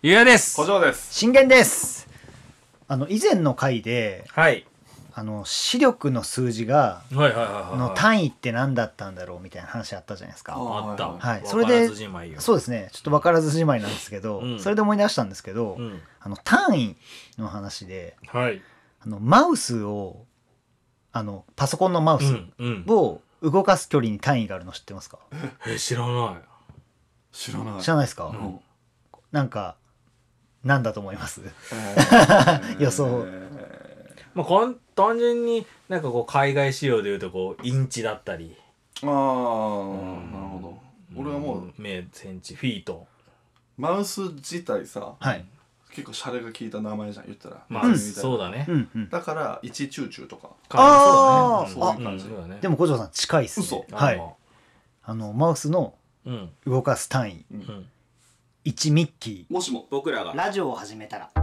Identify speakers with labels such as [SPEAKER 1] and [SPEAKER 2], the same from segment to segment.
[SPEAKER 1] ゆうやです。
[SPEAKER 2] 小城です。
[SPEAKER 3] 信玄です。以前の回で、
[SPEAKER 1] はい。
[SPEAKER 3] 視力の数字が
[SPEAKER 1] はいはいはい
[SPEAKER 3] の単位って何だったんだろうみたいな話あったじゃないですか。
[SPEAKER 1] あった。
[SPEAKER 3] はい。
[SPEAKER 1] それで
[SPEAKER 3] そうですね。ちょっと分からずじまいなんですけど、それで思い出したんですけど、単位の話で、
[SPEAKER 1] はい。
[SPEAKER 3] マウスをパソコンのマウスを動かす距離に単位があるの知ってますか？
[SPEAKER 1] 知らない。
[SPEAKER 3] 知らないですか？なんかなんだと思います？予想。
[SPEAKER 1] まあ単純になんかこう海外仕様でいうとこうインチだったり。
[SPEAKER 2] ああ、なるほど。俺はもう
[SPEAKER 1] センチフィート。
[SPEAKER 2] マウス自体さ、
[SPEAKER 3] はい。
[SPEAKER 2] 結構シャレが効いた名前じゃん言ったら。
[SPEAKER 1] まあそうだね。
[SPEAKER 2] だから一チューチューとか。
[SPEAKER 3] ああ、
[SPEAKER 2] そういう感じ。
[SPEAKER 3] でも小城さん近いっすね。
[SPEAKER 2] 嘘。
[SPEAKER 3] はい。マウスの動かす単位。1ミッキー。
[SPEAKER 2] もしも僕らが
[SPEAKER 3] ラジオを始めたら。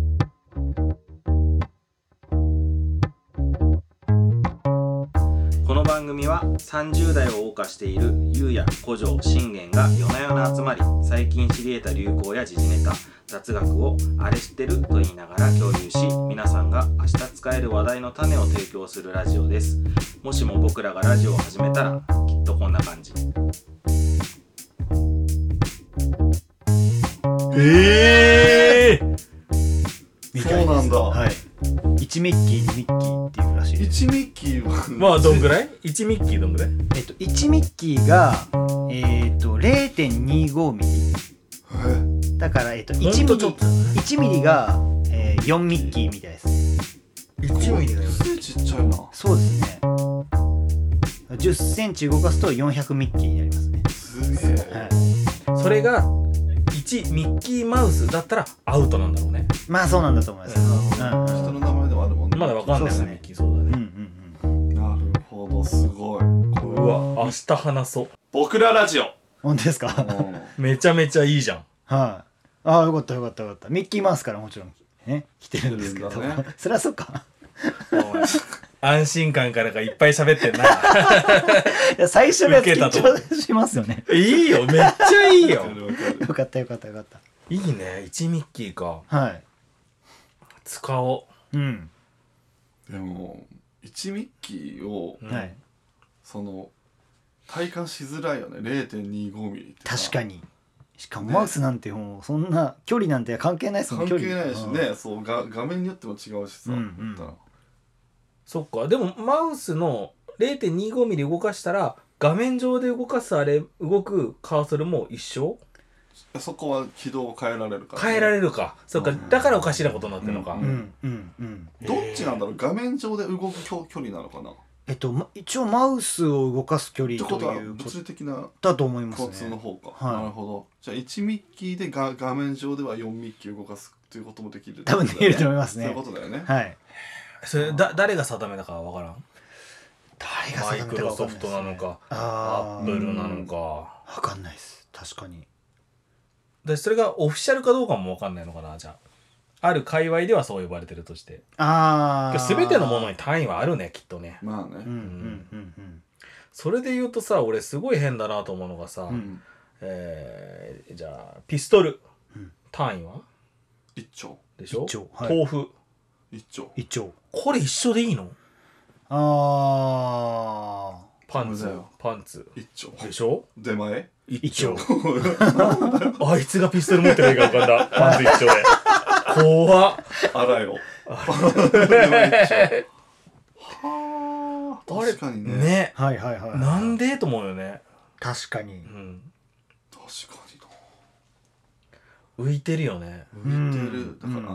[SPEAKER 4] この番組は30代を謳歌しているゆうや古城信玄が夜な夜な集まり、最近知り得た流行や時事ネタ、雑学をあれ知ってると言いながら共有し、皆さんが明日使える話題の種を提供するラジオです。もしも僕らがラジオを始めたら、きっとこんな感じ。
[SPEAKER 2] そうなんだ。
[SPEAKER 3] はい。1ミッキー2ミッキーっていうらしいです。
[SPEAKER 2] 1ミッキーは
[SPEAKER 1] まあどんぐらい ?1 ミッキーどんぐらい
[SPEAKER 3] ？1ミッキーが0.25 ミリ。だから1ミリが4ミッキーみたいですね。
[SPEAKER 1] 1ミリが
[SPEAKER 2] ちっちゃいな。
[SPEAKER 3] そうですね。10センチ動かすと400ミッキーになりますね。
[SPEAKER 2] すげえ。
[SPEAKER 3] はい。
[SPEAKER 1] それが1ミッキーマウスだったらアウトなんだろうね。
[SPEAKER 3] まあそうなんだと思います。
[SPEAKER 2] 人の名前でもあるもんね。
[SPEAKER 1] まだわかんないですね。ミッキーそうだね。
[SPEAKER 2] なるほど、すごい。
[SPEAKER 1] うわ、明日話そう。
[SPEAKER 2] 僕らラジオ。
[SPEAKER 3] 本当ですか？
[SPEAKER 1] めちゃめちゃいいじゃん。
[SPEAKER 3] はい。ああ、よかったよかったよかった。ミッキーマウスからもちろんね来てるんですけど、そりゃそうか。
[SPEAKER 1] 安心感からかいっぱい喋ってんな。
[SPEAKER 3] いや最初のやつ緊張しますよね。
[SPEAKER 1] いいよ、めっちゃいいよ。
[SPEAKER 3] よかったよかったよかった。
[SPEAKER 1] いいね、1ミッキーか。
[SPEAKER 3] はい。
[SPEAKER 1] 使お
[SPEAKER 3] う。うん。
[SPEAKER 2] でも1ミッキーを、
[SPEAKER 3] はい。
[SPEAKER 2] その体感しづらいよね。 0.25 ミリって
[SPEAKER 3] 確かに。しかもマウスなんてもうそんな距離なんて関係ないですもん。
[SPEAKER 2] 関係ないしね。そう画面によっても違うしさ。
[SPEAKER 1] そっか。でもマウスの 0.25 ミリ動かしたら画面上で動かす動くカーソルも一緒？
[SPEAKER 2] そこは軌道を変えられるから、
[SPEAKER 1] 変えられるか。そっか。だからおかしなことになってるのか。
[SPEAKER 2] どっちなんだろう。画面上で動く距離なのかな。
[SPEAKER 3] 一応マウスを動かす距離という
[SPEAKER 2] ことは物理的な
[SPEAKER 3] だと思いますね。
[SPEAKER 2] 交通の方か。
[SPEAKER 3] はい、
[SPEAKER 2] なるほど。じゃあ1ミッキーで画面上では4ミッキー動かすっていうこともできる、
[SPEAKER 3] 多分できると思いますね。
[SPEAKER 2] そういうことだよね。
[SPEAKER 3] はい。
[SPEAKER 1] それ誰が定めたかわからん。
[SPEAKER 3] 誰が定めたかわかんないですね。
[SPEAKER 1] マイクロソフトなのか、アップルなのか。
[SPEAKER 3] わかんないです。確かに。
[SPEAKER 1] でそれがオフィシャルかどうかもわかんないのかな。じゃある界隈ではそう呼ばれてるとして。全てのものに単位はあるね、きっとね。
[SPEAKER 2] まあね。
[SPEAKER 1] それで言うとさ、俺すごい変だなと思うのがさ、じゃあピストル、単位は
[SPEAKER 2] 1丁
[SPEAKER 1] でしょ。
[SPEAKER 3] 1丁、
[SPEAKER 1] 豆腐
[SPEAKER 2] 1丁。
[SPEAKER 3] 1丁。
[SPEAKER 1] これ一緒でいいの？パンツ
[SPEAKER 2] 1丁
[SPEAKER 1] でしょ。
[SPEAKER 2] 出前
[SPEAKER 1] 1丁。あいつがピストル持ってる映画浮かんだ。パンツ1丁で。怖っ。
[SPEAKER 2] あらよ。はあ、確かにね。
[SPEAKER 1] ね。
[SPEAKER 3] はいはいはい。
[SPEAKER 1] なんでと思うよね。
[SPEAKER 3] 確かに。
[SPEAKER 2] 確か
[SPEAKER 1] にな。浮いてるよね。
[SPEAKER 2] 浮いてる。だから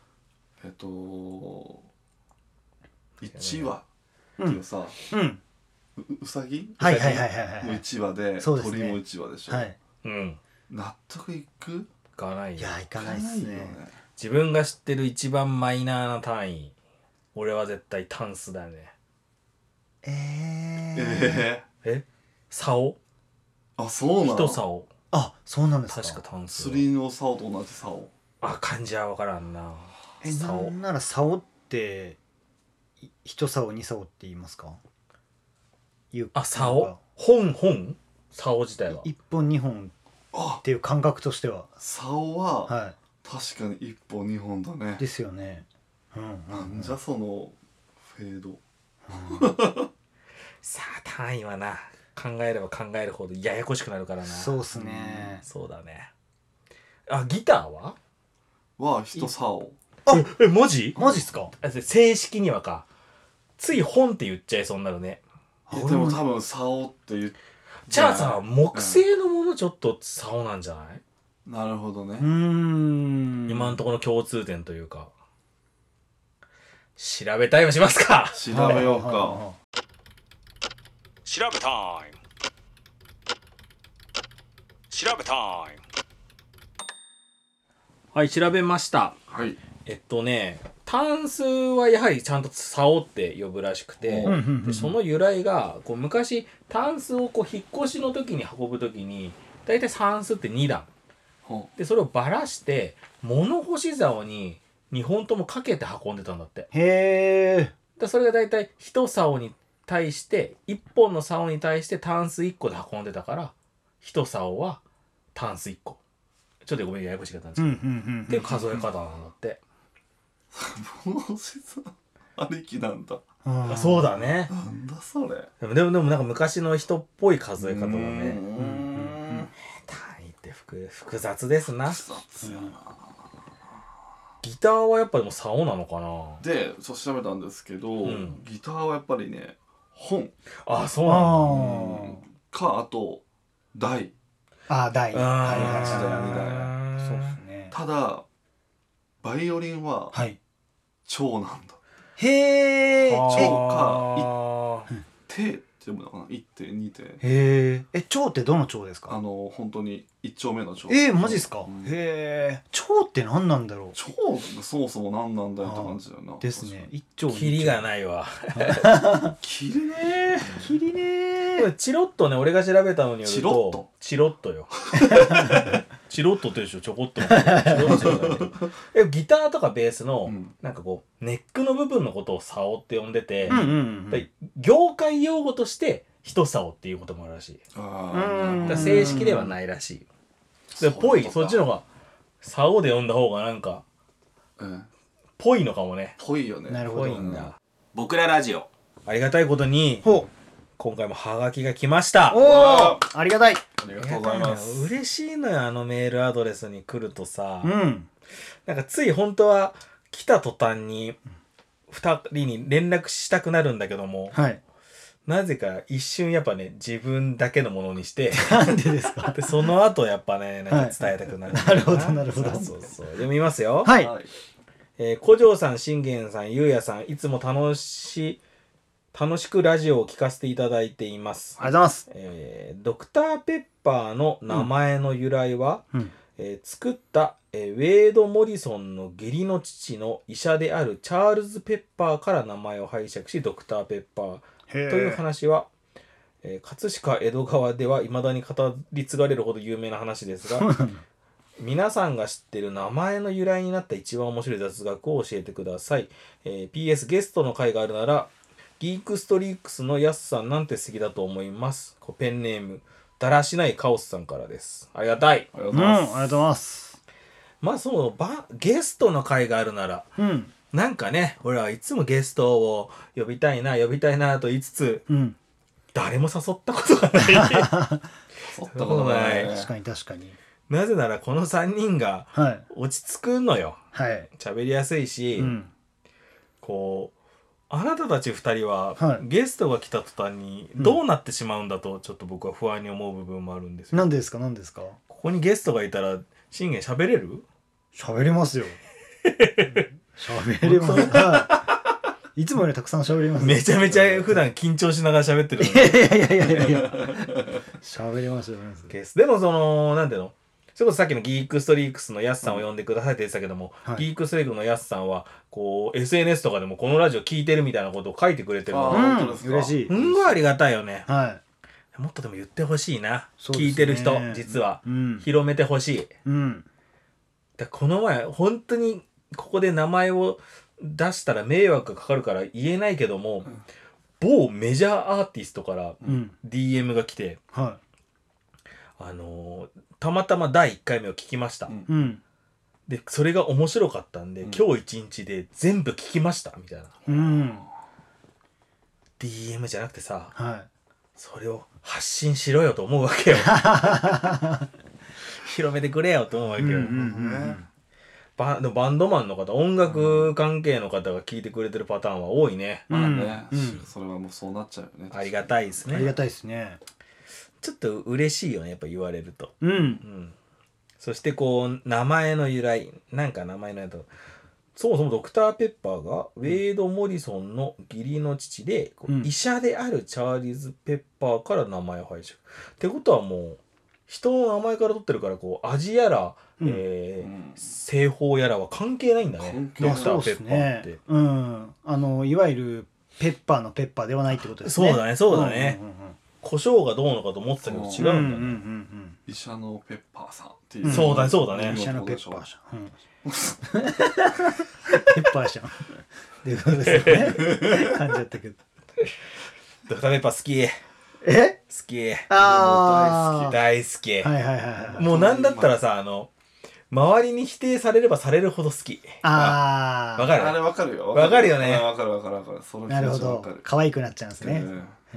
[SPEAKER 2] 1話っていうさ、うさぎの1話で鳥も1話でしょ。納得いく？
[SPEAKER 1] いかないよ。
[SPEAKER 3] いや、いかないっすね。
[SPEAKER 1] 自分が知ってる一番マイナーな単位、俺は絶対タンスだよね。竿？
[SPEAKER 2] あ、そうなの？
[SPEAKER 1] 一竿。
[SPEAKER 3] あ、そうなんですか。
[SPEAKER 1] 確かタンス。
[SPEAKER 2] 釣りの竿と同じ竿。
[SPEAKER 1] 漢字は分からんな。
[SPEAKER 3] なんなら竿って一竿二竿って言いますか？
[SPEAKER 1] 竿？本竿自体は
[SPEAKER 3] 1本2本っていう感覚としては。
[SPEAKER 2] 竿は、 確かに1本2本だね。
[SPEAKER 3] ですよね。
[SPEAKER 2] なんじゃそのフェード。
[SPEAKER 1] さあ単位はな考えれば考えるほどややこしくなるからな。
[SPEAKER 3] そうっすね。
[SPEAKER 1] そうだね。ギターは
[SPEAKER 2] 一竿。
[SPEAKER 1] マジ
[SPEAKER 3] っすか。
[SPEAKER 1] 正式にはかつい本って言っちゃいそうになるね。
[SPEAKER 2] でも多分竿って言っ
[SPEAKER 1] じゃあさ木製のものちょっと竿なんじゃない？
[SPEAKER 2] なるほどね。
[SPEAKER 1] 今のところの共通点というか。調べタイムしますか。
[SPEAKER 2] 調べようか。
[SPEAKER 1] 調べタイム。調べタイム。はい調べました。
[SPEAKER 2] はい。
[SPEAKER 1] タンスはやはりちゃんと竿って呼ぶらしくて、でその由来がこう昔タンスをこう引っ越しの時に運ぶ時にだいたいタンスって2段でそれをばらして物干し竿に2本ともかけて運んでたんだって。
[SPEAKER 3] へ
[SPEAKER 1] え。それがだいたい1竿に対して1本の竿に対してタンス1個で運んでたから1竿はタンス1個。ちょっとごめんややこしかったんですけどっていう数え方なんだって。
[SPEAKER 2] 物干し竿ありきなんだ。
[SPEAKER 1] そうだね。
[SPEAKER 2] なんだそれ。
[SPEAKER 1] でもなんか昔の人っぽい数え方だね。単位って複雑ですな。
[SPEAKER 2] 複雑やな。
[SPEAKER 1] ギターはやっぱりもう竿なのかな。
[SPEAKER 2] で調べたんですけど、ギターはやっぱりね本。
[SPEAKER 1] そうなんだ。
[SPEAKER 2] かあと台。
[SPEAKER 3] 台。
[SPEAKER 2] みたいな。
[SPEAKER 3] そうですね。
[SPEAKER 2] ただバイオリンは蝶なんだ。
[SPEAKER 3] へえ。
[SPEAKER 2] 蝶か手って読むのかな。一手二手。
[SPEAKER 3] へえ。蝶ってどの蝶ですか？
[SPEAKER 2] 本当に一丁目の蝶。
[SPEAKER 3] マジっすか？へえ。蝶って何なんだろう。
[SPEAKER 2] 蝶がそもそも何なんだよって感じだよな。
[SPEAKER 3] ですね。一丁。
[SPEAKER 1] キリがないわ。
[SPEAKER 2] キリね。
[SPEAKER 3] キリね。
[SPEAKER 1] これチロッとね俺が調べたのによるとチロッとよ。チロッとってでしょちょこっと。ギターとかベースのなんかこうネックの部分のことを竿って呼んでて、業界用語として一竿っていうこともあるらしい。だ正式ではないらしい。でぽいそっちの方が竿で呼んだ方がなんかぽいのかもね。
[SPEAKER 2] ぽいよね。
[SPEAKER 3] なるほど。
[SPEAKER 1] ぽいんだ。
[SPEAKER 4] 僕らラジオ
[SPEAKER 1] ありがたいことに今回もハガキが来ました。
[SPEAKER 3] ありがたい。
[SPEAKER 2] ありがとうございます。
[SPEAKER 1] 嬉しいのよメールアドレスに来るとさ、なんかつい本当は来た途端に2人に連絡したくなるんだけども、なぜか一瞬やっぱね自分だけのものにして
[SPEAKER 3] なんでですか？
[SPEAKER 1] でその後やっぱねなんか伝えたくなる。
[SPEAKER 3] なるほどなるほど。
[SPEAKER 1] そう読みますよ。
[SPEAKER 3] はい
[SPEAKER 1] 古城さん、信玄さん、ゆうやさん、いつも楽しくラジオを聞かせていただいています。
[SPEAKER 3] ありがとうございます。
[SPEAKER 1] ドクターペッパーの名前の由来は、作った、ウェイド・モリソンの義理の父の医者であるチャールズ・ペッパーから名前を拝借しドクターペッパーという話は、葛飾江戸川では未だに語り継がれるほど有名な話ですが皆さんが知ってる名前の由来になった一番面白い雑学を教えてください。PS ゲストの回があるならギークストリークスのヤスさんなんて素敵だと思います。ペンネームだらしないカオスさんからです。ありがたい。
[SPEAKER 3] ありがとうございます。
[SPEAKER 1] まあゲストの回があるなら、なんかね俺はいつもゲストを呼びたいなと言いつつ、誰も誘ったことがない。誘
[SPEAKER 2] ったことない。
[SPEAKER 3] 確かに。
[SPEAKER 1] なぜならこの3人が落ち着くのよ。喋りやすいし、こうあなたたち2人はゲストが来た途端にどうなってしまうんだとちょっと僕は不安に思う部分もあるんですよ。
[SPEAKER 3] 何ですか
[SPEAKER 1] ここにゲストがいたら信玄喋れる？
[SPEAKER 3] 喋れますよ。喋れます。いつもよりたくさん喋ります。
[SPEAKER 1] めちゃめちゃ普段緊張しながら喋ってる。
[SPEAKER 3] いや喋ります
[SPEAKER 1] ゲストでもなんていうの？それこそさっきのギークストリークスのヤスさんを呼んでくださいって言ってたけども、ギークストリークスのヤスさんはこう SNS とかでもこのラジオ聞いてるみたいなことを書いてくれてるの。
[SPEAKER 3] 嬉しい。
[SPEAKER 1] すんごいありがたいよね。もっとでも言ってほしいな。聞いてる人実は広めてほしい。この前本当にここで名前を出したら迷惑がかかるから言えないけども、某メジャーアーティストから DM が来て、たまたま第1回目を聞きました。 でそれが面白かったんで、今日一日で全部聞きましたみたいな、DM じゃなくてさ、それを発信しろよと思うわけよ広めてくれよと思うわけよ。バンドマンの方、音楽関係の方が聞いてくれてるパターンは多いね。
[SPEAKER 2] まあね、それはもうそうなっちゃうよね。
[SPEAKER 1] ありがたいですね。
[SPEAKER 3] ありがたいですね。
[SPEAKER 1] ちょっと嬉しいよね、やっぱ言われると。そしてこう名前の由来、なんか名前のやつ、そもそもドクターペッパーがウェイド・モリソンの義理の父で、医者であるチャーリーズ・ペッパーから名前を拝借。ってことはもう人の名前から取ってるから、こう味やら、製法やらは関係ないんだね、ドクターペッパーって。
[SPEAKER 3] いわゆるペッパーのペッパーではないってことですね。
[SPEAKER 1] そうだね、そうだね。胡椒がどうのかと思ってたけど違うんだね。
[SPEAKER 2] 医者のペッパーさんっていう。
[SPEAKER 1] そうだね、そうだね。
[SPEAKER 3] 医者のペッパーさん。ペッパーさん。っていうことですね。感じだったけど。
[SPEAKER 1] ドクターペッパー好き。好き。大好き。もうなんだったらさ、周りに否定されればされるほど好き。わかる？
[SPEAKER 2] あれわかるよ。
[SPEAKER 1] わかるよね。
[SPEAKER 2] わかる。
[SPEAKER 3] なるほど。可愛くなっちゃうんですね。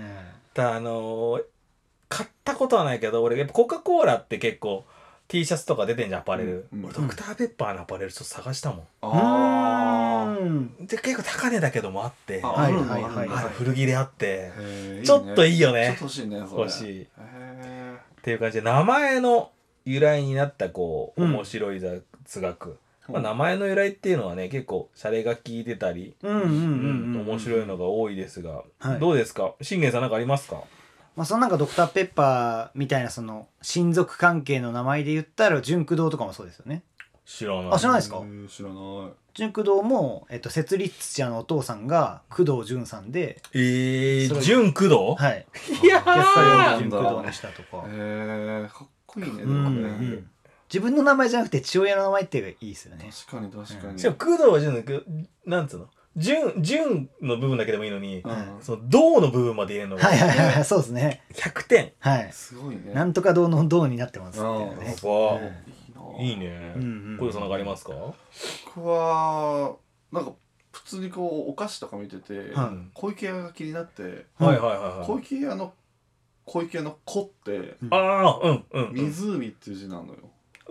[SPEAKER 1] 買ったことはないけど、俺やっぱコカ・コーラって結構 T シャツとか出てんじゃん、アパレル。俺ドクターペッパーのアパレルちょっと探したもん。で結構高値だけどもあって、古着であって、ちょっといいよね。
[SPEAKER 2] ちょっと欲しいね、それ。
[SPEAKER 1] 欲しい。っていう感じで、名前の由来になったこう面白い雑学。名前の由来っていうのはね、結構シャレが効いてたり面白いのが多いですが、どうですか、信玄さん、なんかありますか？
[SPEAKER 3] そのなんかドクターペッパーみたいなその親族関係の名前で言ったら純駆動とかもそうですよね。
[SPEAKER 1] 知らない。
[SPEAKER 3] 知らないですか？
[SPEAKER 2] 知らない。
[SPEAKER 3] 純駆動も設立者のお父さんが工藤純さんで、
[SPEAKER 1] 純駆動？
[SPEAKER 3] はい。
[SPEAKER 1] いや
[SPEAKER 3] ー、純駆動にしたとか。
[SPEAKER 2] かっこいいね。でもね。
[SPEAKER 3] 自分の名前じゃなくて父親の名前っていいですよね。
[SPEAKER 2] 確かに。
[SPEAKER 1] しかも工藤はなんつうの、純の部分だけでもいいのに、その銅の部分まで入れるの
[SPEAKER 3] がそうですね。
[SPEAKER 1] 100点。
[SPEAKER 2] すごいね。
[SPEAKER 3] なんとか銅の銅になってますってね。
[SPEAKER 1] いいね。小田さんなんかありますか？
[SPEAKER 2] 僕はなんか普通にこうお菓子とか見てて、小池屋が気になって、小池屋の子って湖っていう字なのよ。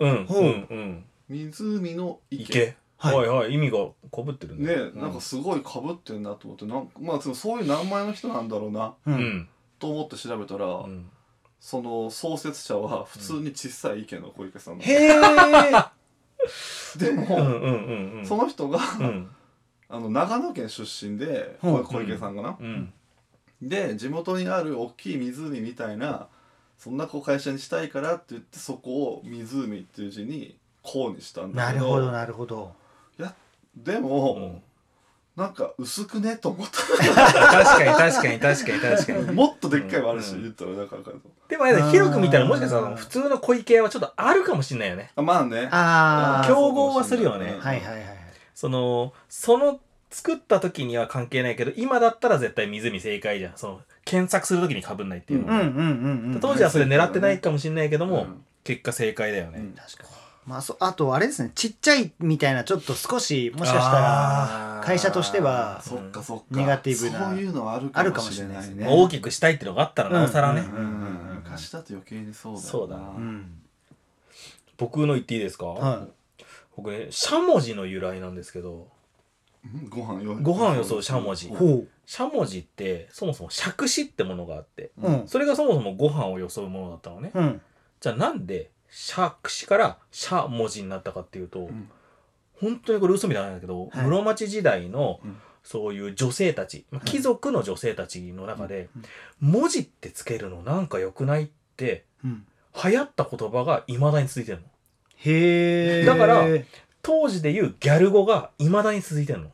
[SPEAKER 2] 湖の池。
[SPEAKER 1] 意味がかぶってる
[SPEAKER 2] ね。なんかすごいかぶってるなと思って、まあそういう名前の人なんだろうなと思って調べたら、その創設者は普通に小さい池の小池さんなの。でもその人が長野県出身で、小池さんがな。で地元にある大きい湖みたいなそんな会社にしたいからって言って、そこを湖っていう字にこうにしたんだけど。
[SPEAKER 3] なるほど。
[SPEAKER 2] いやでも、なんか薄くねと思った。
[SPEAKER 1] 確かに
[SPEAKER 2] もっとでっかいもあるし、言ったらだから
[SPEAKER 1] でも広く見たらもしかしたら普通の小池屋はちょっとあるかもしれないよね。
[SPEAKER 2] まあね。
[SPEAKER 1] 競合はするよね。
[SPEAKER 3] はい
[SPEAKER 1] その作った時には関係ないけど、今だったら絶対湖正解じゃん。その検索する時に被んないっていうの。当時はそれ狙ってないかもしれないけども、結果正解だよね。
[SPEAKER 3] 確かに。あとあれですね、ちっちゃいみたいな、ちょっと少しもしかしたら会社としてはネガティブな、
[SPEAKER 2] そういうのはあるかもしれないね。
[SPEAKER 1] 大きくしたいっていうのがあったらなおさらね。
[SPEAKER 2] 昔だと余計にそうだよな。
[SPEAKER 1] そうだな。僕の言っていいですか？僕ね、しゃもじの由来なんですけど、
[SPEAKER 2] ご飯
[SPEAKER 1] をよそうしゃもじ。しゃもじってそもそも杓子ってものがあって、それがそもそもご飯をよそうものだったのね。じゃあなんで杓子からしゃもじになったかっていうと、本当にこれ嘘みたいなんだけど、室町時代のそういう女性たち、貴族の女性たちの中で、文字ってつけるのなんか良くないって流行った言葉がいまだに続いてるの。
[SPEAKER 3] へー。
[SPEAKER 1] だから当時でいうギャル語がいまだに続いてるの。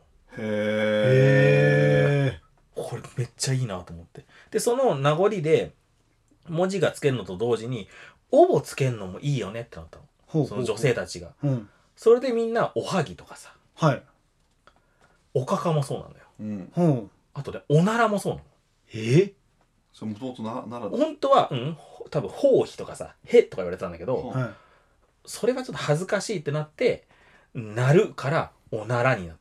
[SPEAKER 3] へ
[SPEAKER 1] ー。これめっちゃいいなと思って。でその名残で文字がつけるのと同時におぼつけるのもいいよねってなったの。その女性たちが。それでみんなおはぎとかさ、おかかもそうなのよ。あとね、おならもそうなの。
[SPEAKER 2] それもともとなら
[SPEAKER 1] 本当は多分ほうひとかさ、へとか言われてたんだけど、それがちょっと恥ずかしいってなって、 なるからおならになった。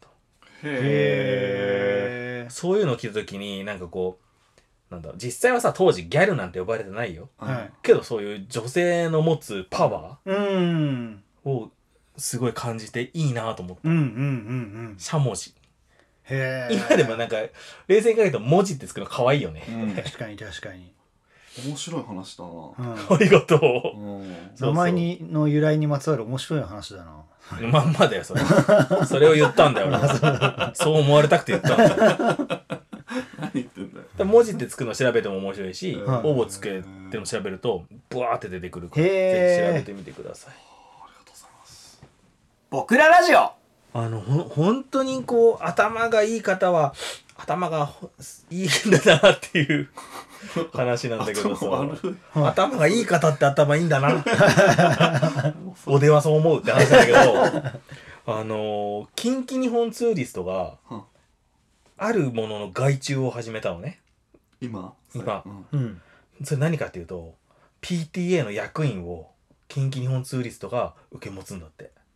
[SPEAKER 3] へえ。
[SPEAKER 1] そういうのを聞いた時になんかこうなんだ実際はさ当時ギャルなんて呼ばれてないよ、
[SPEAKER 3] はい、
[SPEAKER 1] けどそういう女性の持つパワーをすごい感じていいなと思った。しゃもじ。
[SPEAKER 3] へえ。
[SPEAKER 1] 今でもなんか冷静に考えると文字ってつくの可愛いよね、
[SPEAKER 3] 確かに確かに
[SPEAKER 2] 面白い話だな、
[SPEAKER 1] ありがとう、
[SPEAKER 3] 名前の由来にまつわる面白い話だな。
[SPEAKER 1] まんまだよそれそれを言ったんだよそう思われたくて言ったんだよ
[SPEAKER 2] 何言ってんだよ。
[SPEAKER 1] 文字ってつくの調べても面白いし、応募つけての調べるとブワーって出てくるからぜひ調べてみてください。
[SPEAKER 2] ありがとうございます。
[SPEAKER 3] 僕らラジオ。
[SPEAKER 1] 本当にこう頭がいい方は頭がいいんだなっていう話なんだけどさ頭がいい方って頭いいんだな俺はそう思うって話なんだけど近畿日本ツーリストがあるものの外注を始めたのね
[SPEAKER 2] 今、
[SPEAKER 1] それ何かっていうと PTA の役員を近畿日本ツーリストが受け持つんだって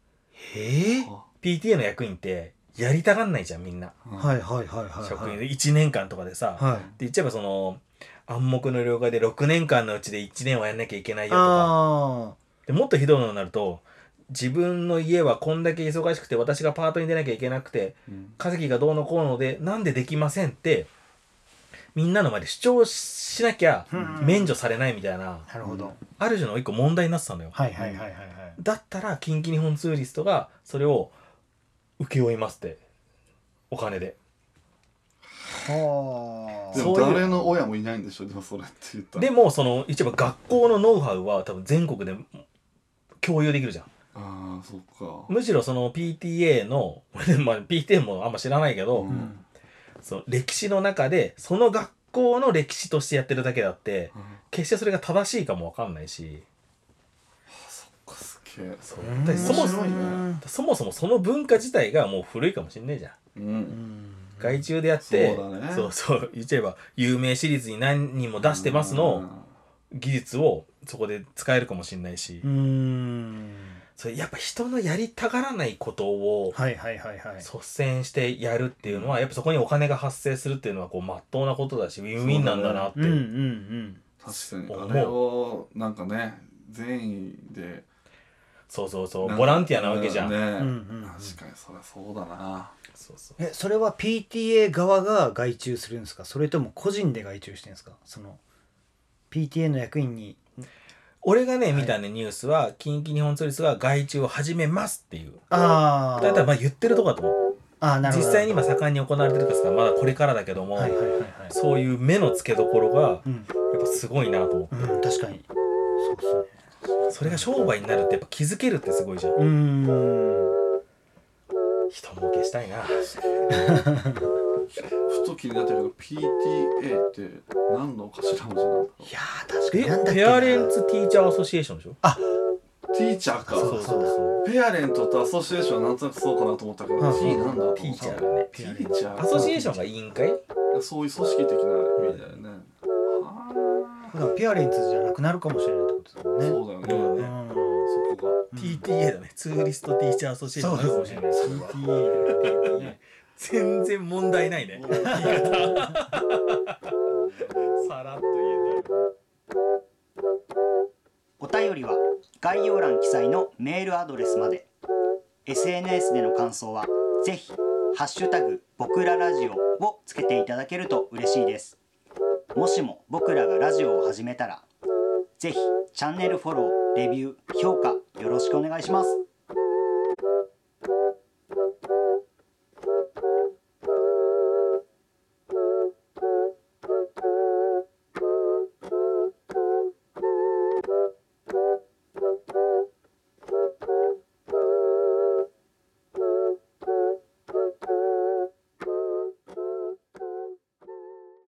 [SPEAKER 1] 。PTA の役員ってやりたがんないじゃんみんな。職員で1年間とかでさ、で言っちゃえばその暗黙の了解で6年間のうちで1年はやんなきゃいけないよとかでもっとひどいのになると自分の家はこんだけ忙しくて私がパートに出なきゃいけなくて、稼ぎがどうのこうのでなんでできませんってみんなの前で主張しなきゃ免除されないみたいな、ある種の一個問題になってたのよ。だったら近畿日本ツーリストがそれを請け負いますってお金で。
[SPEAKER 2] でも誰の親もいないんでしょでもそれって言ったら。
[SPEAKER 1] でもその一応学校のノウハウは多分全国で共有できるじゃん。
[SPEAKER 2] ああそうか。
[SPEAKER 1] むしろその PTA のまあ PTA もあんま知らないけど、その歴史の中でその学校の歴史としてやってるだけだって、決してそれが正しいかも分かんないし。そもそもその文化自体がもう古いかもしんねえじゃん。外注でやってそう言っちゃえば有名私立に何人も出してますの技術をそこで使えるかもしんないし、それやっぱ人のやりたがらないことを率先してやるっていうのはやっぱそこにお金が発生するっていうのはこう真っ当なことだしウィンウィンなんだなって
[SPEAKER 2] 確かにあれをなんかね善意で
[SPEAKER 1] そうボランティアなわけじゃん。
[SPEAKER 2] 確かにそりゃそうだな。
[SPEAKER 3] それは PTA 側が外注するんですかそれとも個人で外注してるんですかその PTA の役員に。
[SPEAKER 1] 俺がね見たねニュースは近畿日本ツーリストが外注を始めますっていう。だからまあ言ってるとこだと思う。実際に今盛んに行われてるからまだこれからだけども、そういう目の付けどころがやっぱすごいなと思って。
[SPEAKER 3] 確かにそうですね。
[SPEAKER 1] それが商売になるってやっぱ気づけるってすごいじゃん。人儲けしたいな。
[SPEAKER 2] ふと気になったけど PTA って何の頭文字なの？
[SPEAKER 3] いや確かになんだっけな。
[SPEAKER 1] ペアレンツティーチャーアソシエーションでしょ。
[SPEAKER 2] ティーチャーか。そうペアレントとアソシエーションはなんとなくそうかなと思ったけど、T なんだ。
[SPEAKER 1] ティーチャーね。
[SPEAKER 2] ティーチャー。
[SPEAKER 1] アソシエーションが委員会？
[SPEAKER 2] そういう組織的な意味だよね。
[SPEAKER 3] ペアレンツじゃなくなるかもしれないってことですもんね。
[SPEAKER 2] そうだよね。そこが
[SPEAKER 1] PTA だね。ツーリストティーチャーアソシエーションになるかもしれない。PTA 全然問題ないね。言い方。さらっと言え
[SPEAKER 5] た。お便りは概要欄記載のメールアドレスまで。SNS での感想はぜひハッシュタグ僕らラジオをつけていただけると嬉しいです。もしも僕らがラジオを始めたらぜひチャンネルフォロー、レビュー、評価よろしくお願いします。